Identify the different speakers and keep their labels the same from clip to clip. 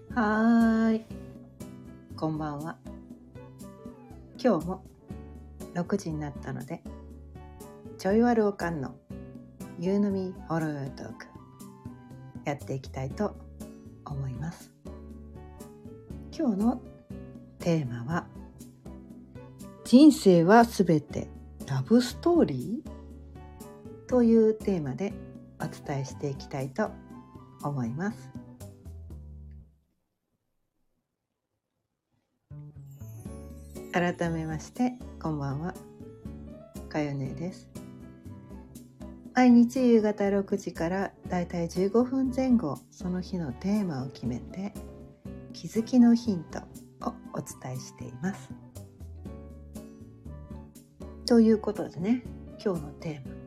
Speaker 1: はーい、こんばんは。今日も6時になったので、ちょいわるおかんのゆうのみホロヨトークやっていきたいと思います。今日のテーマは、人生はすべてラブストーリーというテーマでお伝えしていきたいと思います。改めましてこんばんは、かよねです。毎日夕方6時からだいたい15分前後、その日のテーマを決めて気づきのヒントをお伝えしています。ということでね、今日のテーマ、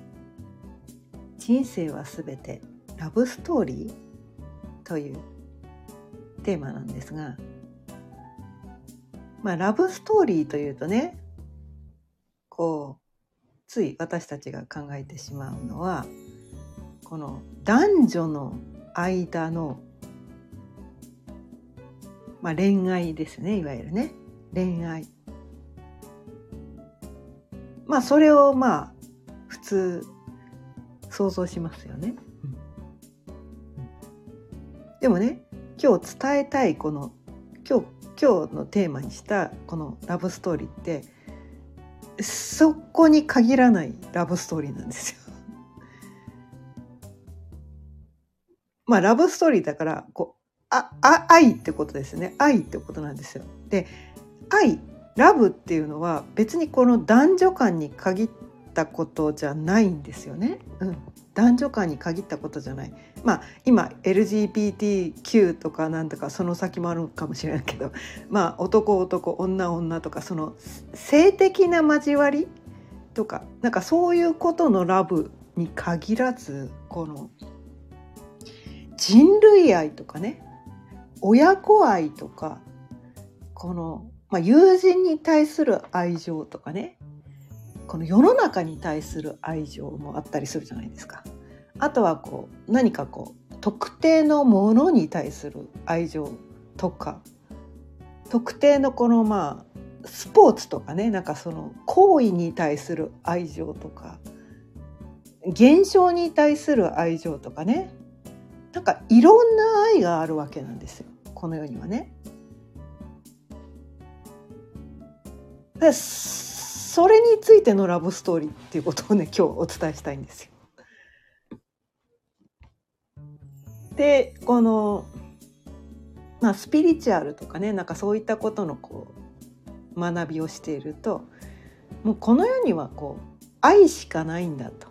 Speaker 1: 人生はすべてラブストーリーというテーマなんですが、ラブストーリーというとね、つい私たちが考えてしまうのは、この男女の間の、恋愛ですね。いわゆるね、恋愛。それを普通想像しますよね。でもね、今日伝えたいこの今日のテーマにしたこのラブストーリーって、そこに限らないラブストーリーなんですよ。ラブストーリーだから愛ってことですね。愛ってことなんですよ。で、ラブっていうのは別にこの男女間に限ったことじゃないんですよね。男女間に限ったことじゃない。今 LGBTQ とかなんとかその先もあるかもしれないけど、男女とか、その性的な交わりとか、そういうことのラブに限らず、この人類愛とかね、親子愛とか、この、友人に対する愛情とかね、この世の中に対する愛情もあったりするじゃないですか。あとは何か特定のものに対する愛情とか、特定のスポーツとかね、その行為に対する愛情とか、現象に対する愛情とかね、いろんな愛があるわけなんですよ、この世にはね。で、それについてのラブストーリーっていうことをね、今日お伝えしたいんですよ。で、このスピリチュアルとかね、そういったことの学びをしていると、もうこの世には愛しかないんだと、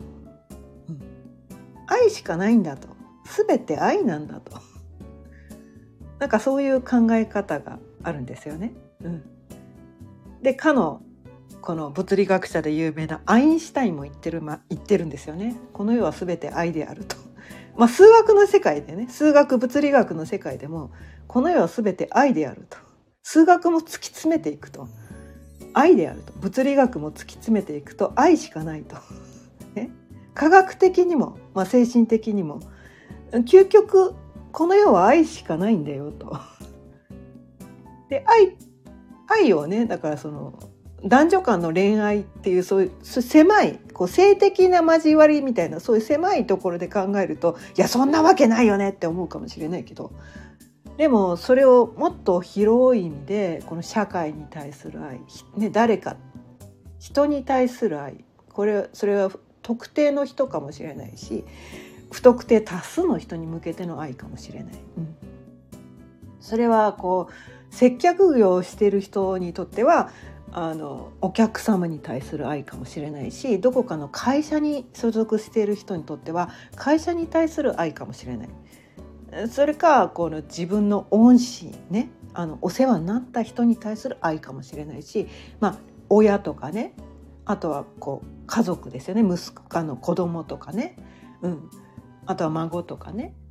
Speaker 1: 愛しかないんだと、全て愛なんだと、そういう考え方があるんですよね。で、この物理学者で有名なアインシュタインも言ってるんですよね。この世は全て愛であると。数学の世界でね、数学物理学の世界でも、この世は全て愛であると。数学も突き詰めていくと愛であると、物理学も突き詰めていくと愛しかないと、ね、科学的にも、精神的にも、究極この世は愛しかないんだよと。で、愛をね、その男女間の恋愛っていう、そういう狭い性的な交わりみたいな、そういう狭いところで考えると、いやそんなわけないよねって思うかもしれないけど、でもそれをもっと広い意味で、この社会に対する愛、人に対する愛、それは特定の人かもしれないし、不特定多数の人に向けての愛かもしれない。それは接客業をしている人にとってはお客様に対する愛かもしれないし、どこかの会社に所属している人にとっては会社に対する愛かもしれない。それか自分の恩師ね、お世話になった人に対する愛かもしれないし、親とかね、あとは家族ですよね、息子の子供とかね、あとは孫とかね。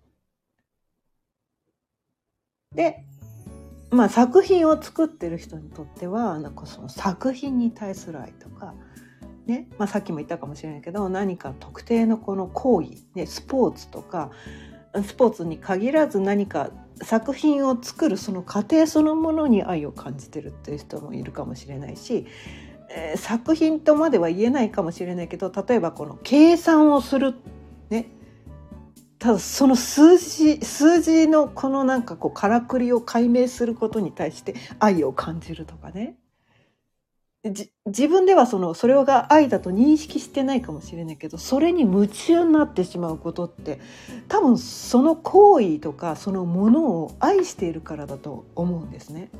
Speaker 1: で、作品を作ってる人にとってはその作品に対する愛とかね、さっきも言ったかもしれないけど、何か特定のこの行為、ね、スポーツとか、スポーツに限らず何か作品を作るその過程そのものに愛を感じてるっていう人もいるかもしれないし、作品とまでは言えないかもしれないけど、例えばこの計算をするね、ただその数字のこのなんかこうからくりを解明することに対して愛を感じるとかね、自分ではそれが愛だと認識してないかもしれないけど、それに夢中になってしまうことって多分その行為とかそのものを愛しているからだと思うんですね。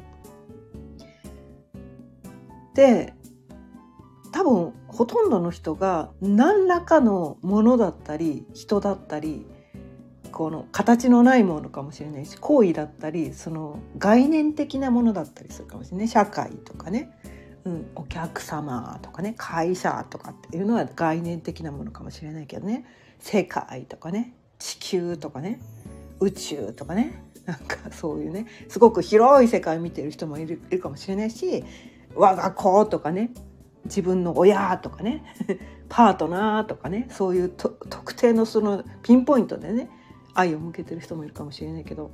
Speaker 1: で、多分ほとんどの人が何らかのものだったり人だったり、この形のないものかもしれないし、行為だったりその概念的なものだったりするかもしれない。社会とかね、お客様とかね、会社とかっていうのは概念的なものかもしれないけどね、世界とかね、地球とかね、宇宙とかね、なんかそういうね、すごく広い世界を見てる人もいるかもしれないし、我が子とかね、自分の親とかねパートナーとかね、そういう特定のそのピンポイントでね愛を向けてる人もいるかもしれないけど、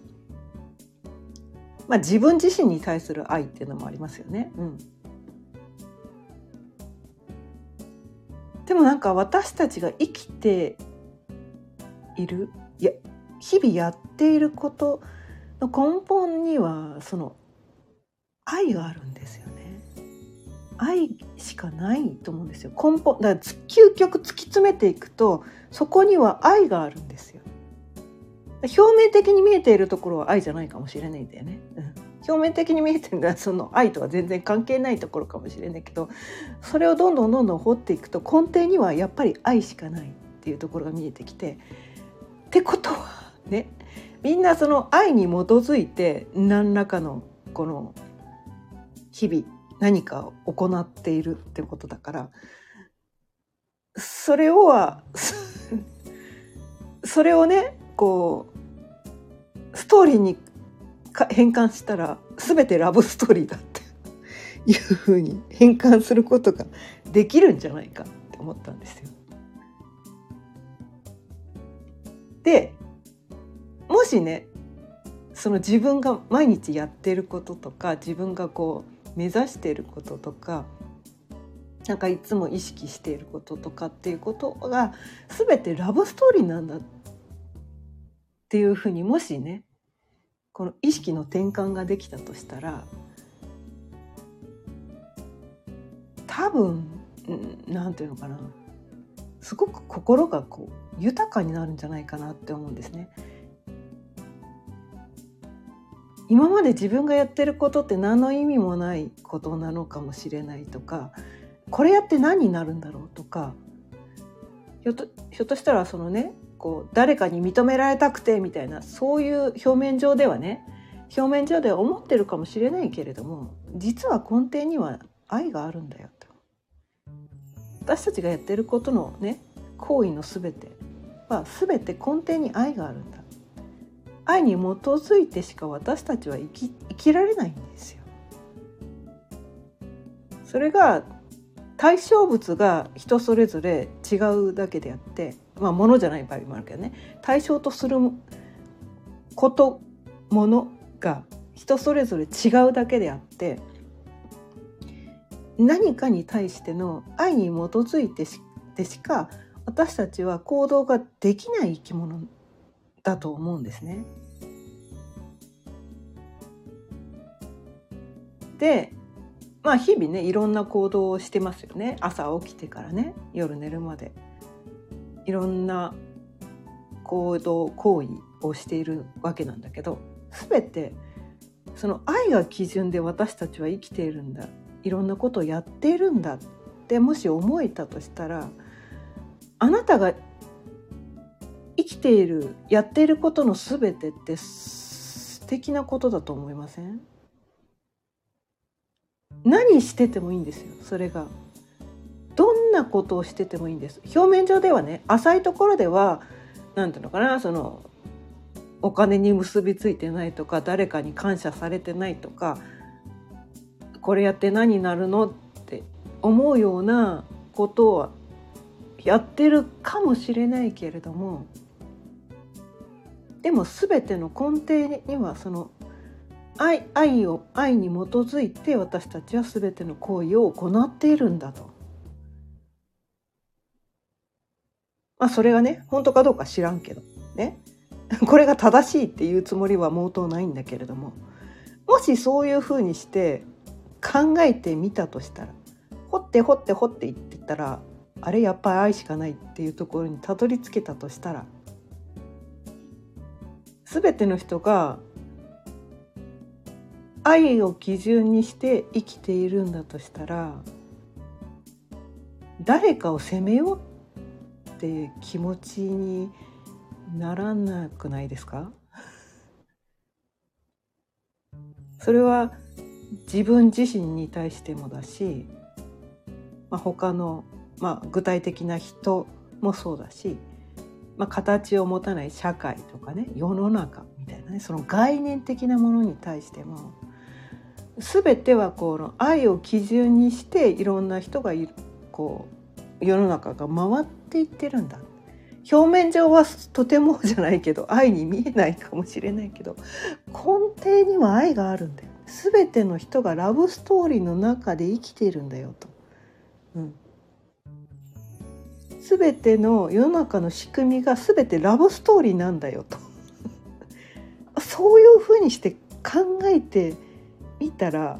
Speaker 1: 自分自身に対する愛っていうのもありますよね。でもなんか私たちが生きている、日々やっていることの根本にはその愛があるんですよね。愛しかないと思うんですよ。根本だから究極突き詰めていくとそこには愛があるんですよ。表面的に見えているところは愛じゃないかもしれないんだよね。表面的に見えてるのはその愛とは全然関係ないところかもしれないけど、それをどんどん掘っていくと根底にはやっぱり愛しかないっていうところが見えてきて、ってことはね、みんなその愛に基づいて何らかのこの日々何かを行っているってことだから、それをねこうストーリーに変換したら全てラブストーリーだっていうふうに変換することができるんじゃないかって思ったんですよ。で、もしね、その自分が毎日やっていることとか、自分がこう目指していることとか、なんかいつも意識していることとかっていうことが全てラブストーリーなんだっていうふうに、もしねこの意識の転換ができたとしたら、多分なんていうのかな、すごく心がこう豊かになるんじゃないかなって思うんですね。今まで自分がやってることって何の意味もないことなのかもしれないとか、これやって何になるんだろうとか、ひょっとしたらそのねこう誰かに認められたくてみたいな、そういう表面上では思ってるかもしれないけれども、実は根底には愛があるんだよと。私たちがやってることのね行為の全ては全て根底に愛があるんだ。愛に基づいてしか私たちは生きられないんですよ。それが対象物が人それぞれ違うだけであって、物じゃない場合もあるけどね、対象とすることものが人それぞれ違うだけであって、何かに対しての愛に基づいてしか私たちは行動ができない生き物だと思うんですね。で、日々ねいろんな行動をしてますよね。朝起きてからね夜寝るまでいろんな行為をしているわけなんだけど、全てその愛が基準で私たちは生きているんだ、いろんなことをやっているんだってもし思えたとしたら、あなたが生きているやっていることの全てって素敵なことだと思いません？何しててもいいんですよ。それがどんなことをしててもいいんです。表面上ではね、浅いところではなんていうのかな、そのお金に結びついてないとか、誰かに感謝されてないとか、これやって何になるのって思うようなことをやってるかもしれないけれども、 でも全ての根底にはその愛に基づいて私たちは全ての行為を行っているんだと。それがね本当かどうか知らんけどねこれが正しいっていうつもりは毛頭ないんだけれども、もしそういうふうにして考えてみたとしたら、掘っていってたら、あれやっぱり愛しかないっていうところにたどり着けたとしたら、全ての人が愛を基準にして生きているんだとしたら、誰かを責めようっていう気持ちにならなくないですか？それは自分自身に対してもだし、他の、具体的な人もそうだし、形を持たない社会とかね、世の中みたいなね、その概念的なものに対しても全てはこの愛を基準にしていろんな人がこう世の中が回っていってるんだ。表面上はとてもじゃないけど愛に見えないかもしれないけど、根底には愛があるんだよ。全ての人がラブストーリーの中で生きているんだよと。全ての世の中の仕組みが全てラブストーリーなんだよとそういうふうにして考えてみたら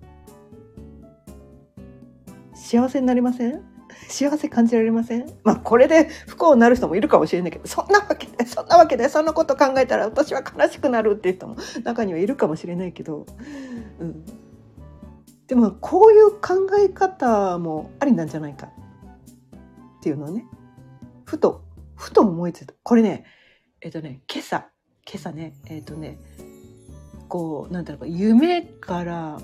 Speaker 1: 幸せになりません？幸せ感じられません？これで不幸になる人もいるかもしれないけど、そんなわけでそんなこと考えたら私は悲しくなるっていう人も中にはいるかもしれないけど、でもこういう考え方もありなんじゃないかっていうのをね、ふと思いついた。これね、今朝ね、こうなんだろう、夢から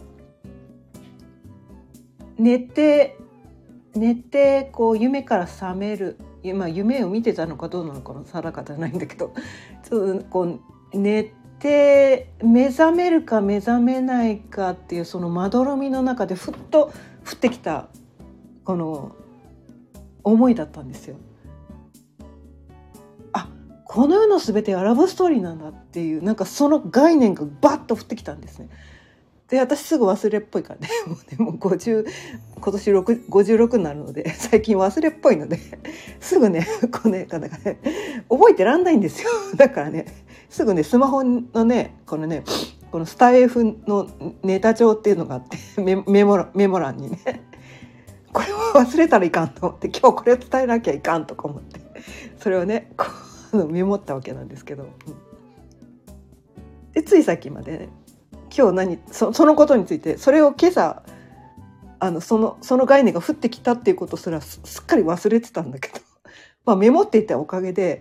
Speaker 1: 寝てこう夢から覚める、夢を見てたのかどうなのかの定かじゃないんだけど、ちょっとこう寝て目覚めるか目覚めないかっていうそのまどろみの中でふっと降ってきたこの思いだったんですよ。この世の全てはラブストーリーなんだっていう、なんかその概念がバッと降ってきたんですね。で、私すぐ忘れっぽいからね、もう50、今年56になるので、最近忘れっぽいので、すぐね、こうね、覚えてらんないんですよ。だからね、すぐね、スマホのね、このスタイフのネタ帳っていうのがあって、メモ欄にね、これを忘れたらいかんと思って、今日これを伝えなきゃいかんとか思って、それをね、メモったわけなんですけど、でついさっきまでね、今日そのことについて、それを今朝その概念が降ってきたっていうことすらすっかり忘れてたんだけど、メモっていたおかげで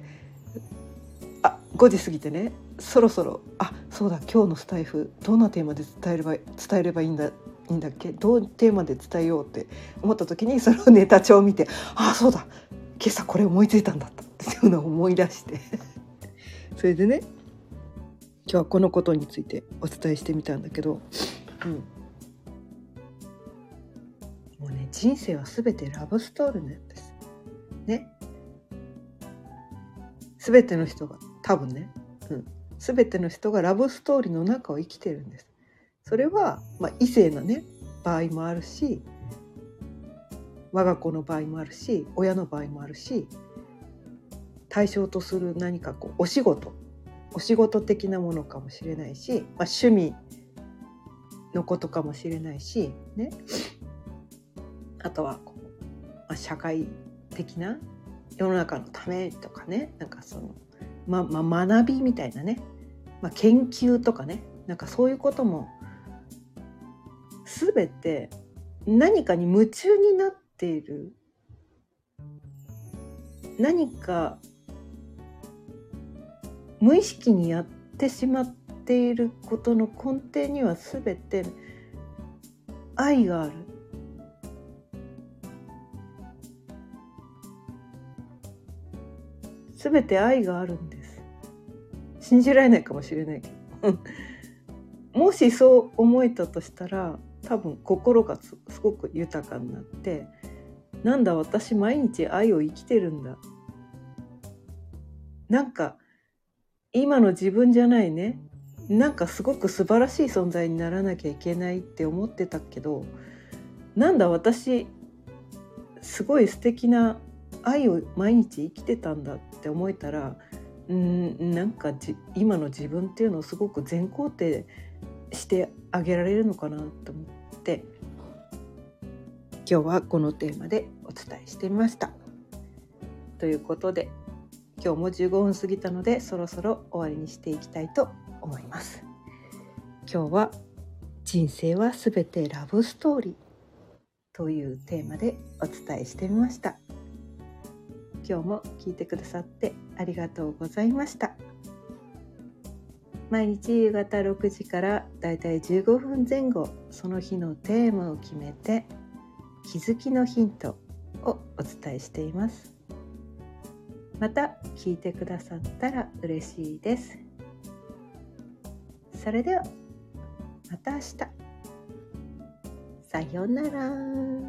Speaker 1: 5時過ぎてね、そろそろそうだ、今日のスタイフどんなテーマで伝えればいいんだっけ、どうテーマで伝えようって思った時に、そのネタ帳を見て、そうだ、今朝これ思いついたんだったっていうのを思い出してそれでね、今日はこのことについてお伝えしてみたんだけど、もうね、人生は全てラブストーリーなんですね。全ての人が多分ね、全ての人がラブストーリーの中を生きてるんです。それは、異性のね場合もあるし、我が子の場合もあるし、親の場合もあるし、対象とする何かお仕事的なものかもしれないし、趣味のことかもしれないしね、あとは社会的な世の中のためとかね、なんかその、学びみたいなね、研究とかね、なんかそういうことも全て何かに夢中になっている、何か無意識にやってしまっていることの根底には全て愛がある。全て愛があるんです。信じられないかもしれないけどもしそう思えたとしたら、多分心がすごく豊かになって、なんだ私毎日愛を生きてるんだ、なんか今の自分じゃないね、なんかすごく素晴らしい存在にならなきゃいけないって思ってたけど、なんだ私すごい素敵な愛を毎日生きてたんだって思えたら、なんか今の自分っていうのをすごく全肯定してあげられるのかなと思って、今日はこのテーマでお伝えしてみました。ということで今日も15分過ぎたので、そろそろ終わりにしていきたいと思います。今日は人生はすべてラブストーリーというテーマでお伝えしてみました。今日も聞いてくださってありがとうございました。毎日夕方6時からだいたい15分前後、その日のテーマを決めて気づきのヒントをお伝えしています。また聞いてくださったら嬉しいです。それではまた明日。さようなら。